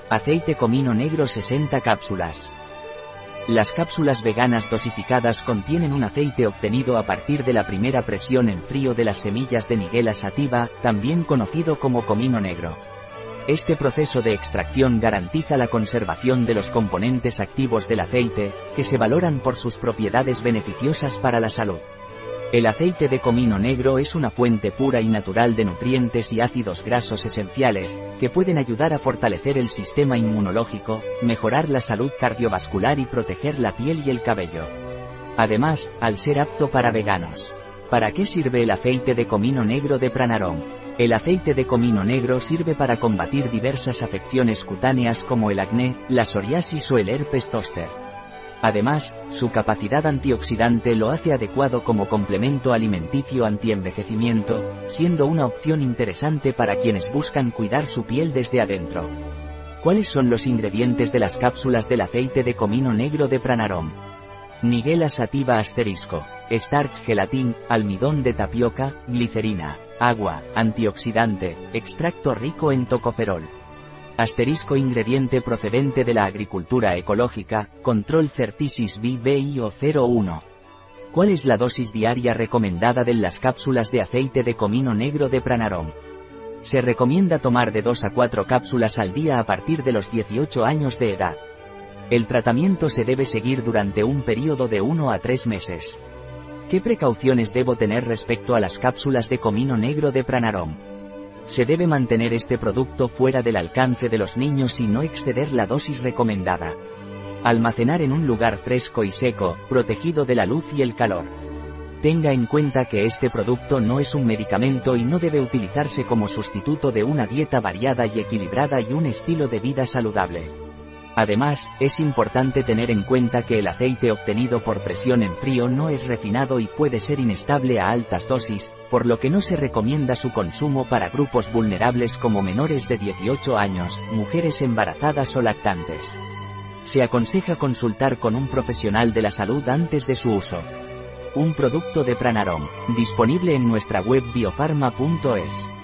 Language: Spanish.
Aceite comino negro 60 cápsulas. Las cápsulas veganas dosificadas contienen un aceite obtenido a partir de la primera presión en frío de las semillas de Nigella sativa, también conocido como comino negro. Este proceso de extracción garantiza la conservación de los componentes activos del aceite, que se valoran por sus propiedades beneficiosas para la salud. El aceite de comino negro es una fuente pura y natural de nutrientes y ácidos grasos esenciales, que pueden ayudar a fortalecer el sistema inmunológico, mejorar la salud cardiovascular y proteger la piel y el cabello. Además, al ser apto para veganos. ¿Para qué sirve el aceite de comino negro de Pranarom? El aceite de comino negro sirve para combatir diversas afecciones cutáneas como el acné, la psoriasis o el herpes zóster. Además, su capacidad antioxidante lo hace adecuado como complemento alimenticio antienvejecimiento, siendo una opción interesante para quienes buscan cuidar su piel desde adentro. ¿Cuáles son los ingredientes de las cápsulas del aceite de comino negro de Pranarom? Nigella sativa *, starch gelatin, almidón de tapioca, glicerina, agua, antioxidante, extracto rico en tocoferol. Ingrediente procedente de la agricultura ecológica, control certisis BBIO 01. ¿Cuál es la dosis diaria recomendada de las cápsulas de aceite de comino negro de Pranarom? Se recomienda tomar de 2 a 4 cápsulas al día a partir de los 18 años de edad. El tratamiento se debe seguir durante un periodo de 1 a 3 meses. ¿Qué precauciones debo tener respecto a las cápsulas de comino negro de Pranarom? Se debe mantener este producto fuera del alcance de los niños y no exceder la dosis recomendada. Almacenar en un lugar fresco y seco, protegido de la luz y el calor. Tenga en cuenta que este producto no es un medicamento y no debe utilizarse como sustituto de una dieta variada y equilibrada y un estilo de vida saludable. Además, es importante tener en cuenta que el aceite obtenido por presión en frío no es refinado y puede ser inestable a altas dosis, por lo que no se recomienda su consumo para grupos vulnerables como menores de 18 años, mujeres embarazadas o lactantes. Se aconseja consultar con un profesional de la salud antes de su uso. Un producto de Pranarom, disponible en nuestra web biofarma.es.